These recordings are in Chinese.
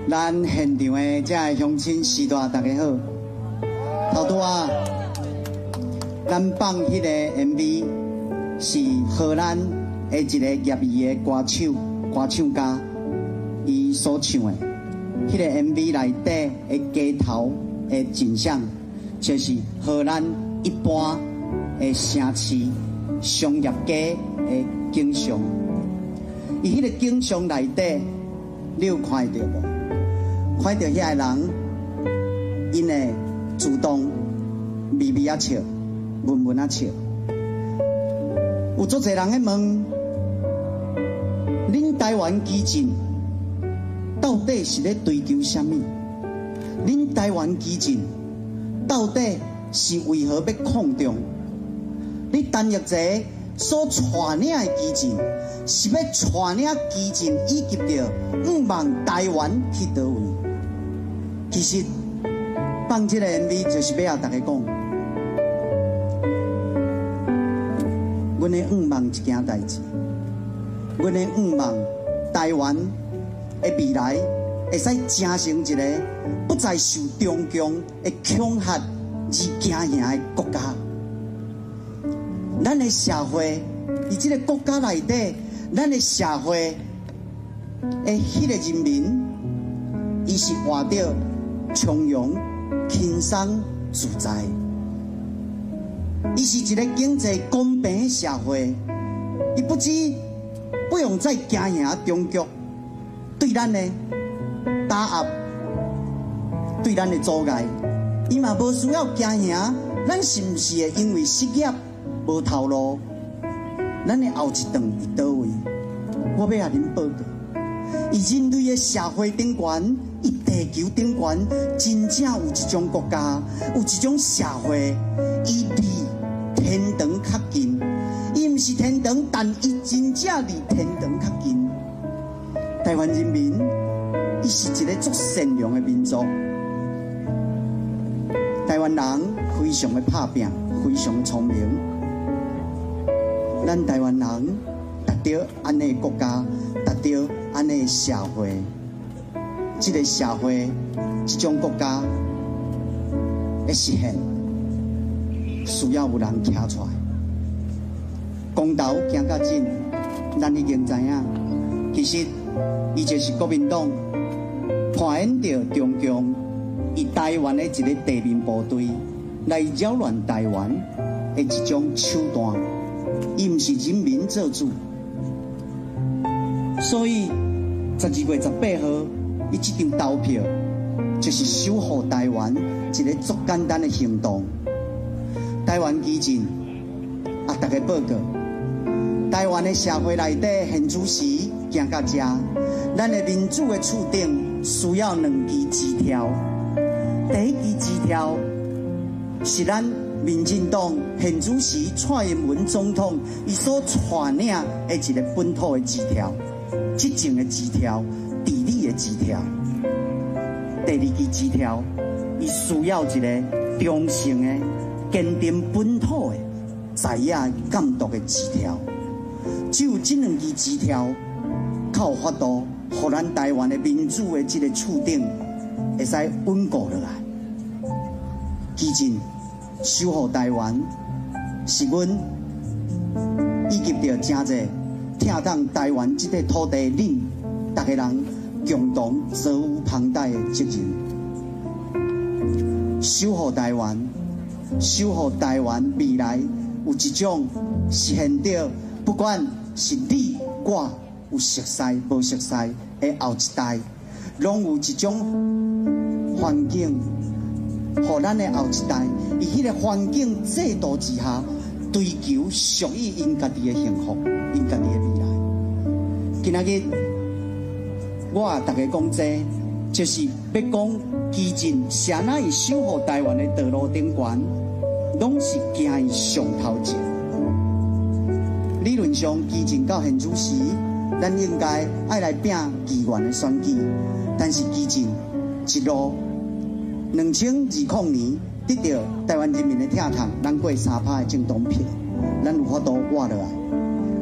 咱现场的这个乡亲师大大家好，头拄啊，咱放迄个 MV 是荷兰的一个业余的歌唱家，伊所唱的。迄个 MV 内底的街头的景象，就是荷兰一般的城市商业街的景象。伊迄个景象内底，你有看到无？看到遐个人，因会主动微微啊笑，文文啊笑。有足侪人在问，恁台湾基进到底是咧追求什么？恁台湾基进到底是为何要抗中？你陈奕哲所带领的基进，是要带领基进以及着毋望台湾去倒位？其实放这个 MV 就是要甲大家讲，阮的毋望一件代志，阮的毋望台湾的未来会使成成一个不再受中共的恐吓而惊吓的国家。咱的社会，伫这个国家内底，咱的社会的迄个人民，伊是活着从容、轻松、自在。伊是一个经济公平的社会，伊不止不用再惊吓中国对咱的打压，对咱的阻碍，伊嘛无需要惊吓，咱是毋是会因为失业无头路，咱的后一顿伫倒位？我要甲恁报告，伊人类的社会顶悬，伊地球顶悬，真正有一种国家，有一种社会，伊离天堂较近。伊毋是天堂，但伊真正离天堂较近。台湾人民，伊是一个足善良的民族。台湾人非常的拍拼，非常聪明。咱台湾人达到安尼国家，达到安尼社会，这个社会，这种国家的实现，需要有人站出来。公道行较近，咱已经知影，其实伊就是国民党看见到中共以台湾的一个地面部队来扰乱台湾的一种手段。伊毋是人民做主，所以12月18号，伊这张投票就是守护台湾一个足简单的行动。台湾基进啊，大家报告，台湾的社会内底现主席行到这，咱的民主的厝顶需要2支枝条。第一支枝条是咱民进党现主席蔡英文总统伊所带领的一个本土的枝条，执政的枝条，治理的枝条。第二支枝条，伊需要一个忠诚的、坚定本土的、在野监督的枝条。只有这2支枝条，才有法度，互咱台湾的民主的这个厝顶会使稳固落来。基进守护台湾，是阮以及着真侪疼痛台湾这块土地，恁大家人共同责无旁贷的责任。守护台湾，守护台湾未来有一种实现着，不管是你我有熟悉无熟悉的后一代，拢有一种环境。互咱的后一代，以迄个环境制度之下，追求属于因家己的幸福，因家己的未来。今仔日，我啊大家讲这，就是要讲基进谁那伊守护台湾的道路顶悬，拢是行伊上头前。理论上，基进到现主席，咱应该爱来拼议员的选举，但是基进一路。2020年得到台湾人民的疼痛，咱过3%的政党票，咱有法度活落来。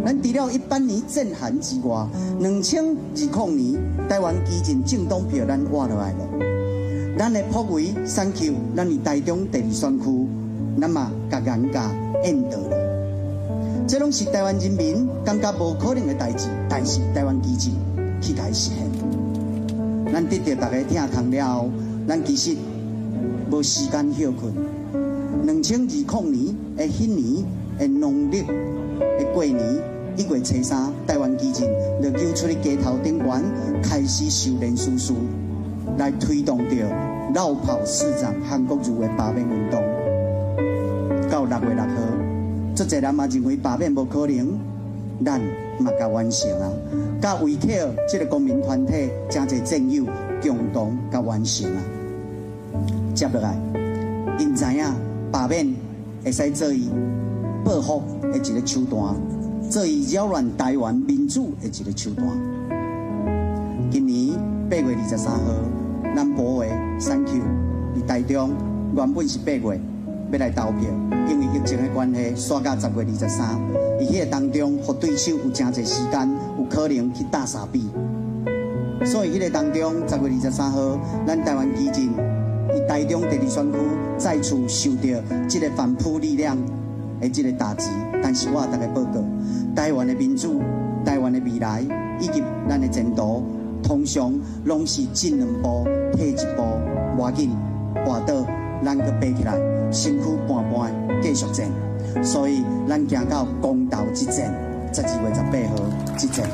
咱除了一般年震撼之外，2020年台湾基进政党票咱挖落来了。咱的朴维选区，咱伫台中第2选区，咱嘛甲颜家演到了。这拢是台湾人民感觉无可能的代志，但是台湾基进去甲伊实现。咱得到大家听空了后，咱其实无时间休困。2020年的迄年的农历的过年1月初3，台湾基进就揪出去街头顶悬，开始修炼术士，来推动着绕跑市长韩国瑜的罢免运动。到6月6号，足侪人嘛认为罢免无可能，咱嘛甲完成啊！甲围靠这个公民团体真侪战友共同甲完成啊！接落来，因知影罢免会使做伊报复的一个手段，做伊扰乱台湾民主的一个手段。今年8月23号，咱埔的选区伫台中，原本是8月要来投票，因为疫情的关系，刷到10月23。伊迄个当中，互对手有真侪时间，有可能去打3比。所以迄个当中，10月23号，咱台湾基进伫台中第2选区再次受到这个反扑力量的这个打击。但是我大家报告，台湾的民主、台湾的未来以及咱的前途，通常拢是进2步退1步，赶紧滑倒，咱搁爬起来，身躯半半继续战。所以，咱行到公道之战，12月18号之战。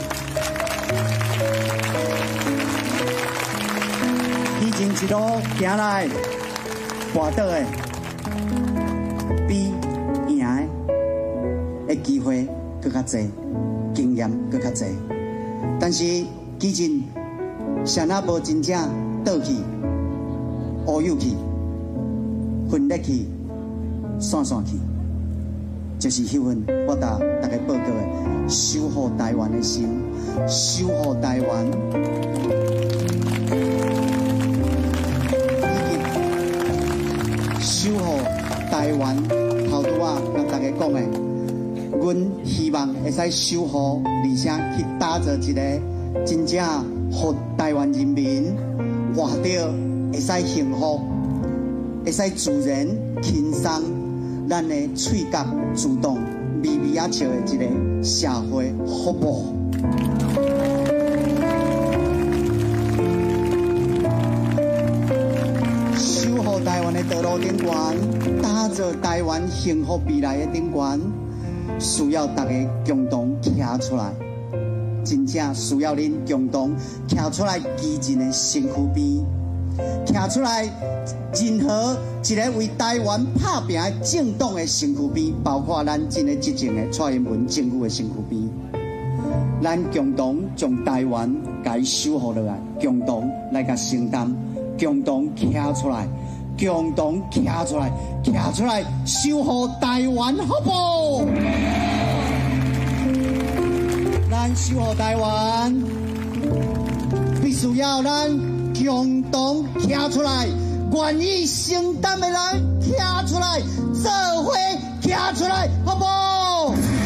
基进一路行来，滑倒的比赢的机会更较侪，经验更较侪。但是基进谁若无真正倒去、乌有去、分裂去、散去。就是迄份我大家报告的，守护台湾的心，守护台湾，以及守护台湾。头拄仔甲大家讲的，阮希望会使守护，而且去打造一个真正互台湾人民活着会使幸福，会使自然轻松。咱的喙角自动微微啊笑的一个社会服务。守护台湾的道路顶悬，打造台湾幸福未来的顶悬，需要大家共同站出来，真正需要恁共同站出来，基进的身躯边。站出来，任何一个为台湾打拼的政党的身躯边，包括咱真个执政的蔡英文政府的身躯边，咱共同将台湾甲伊守护落来，共同来甲承担，共同站出来，共同站出来，站出来，守护台湾，好不好？咱守护台湾，必须要咱共同站出来，愿意承担的人站出来，做伙站出来，好不好？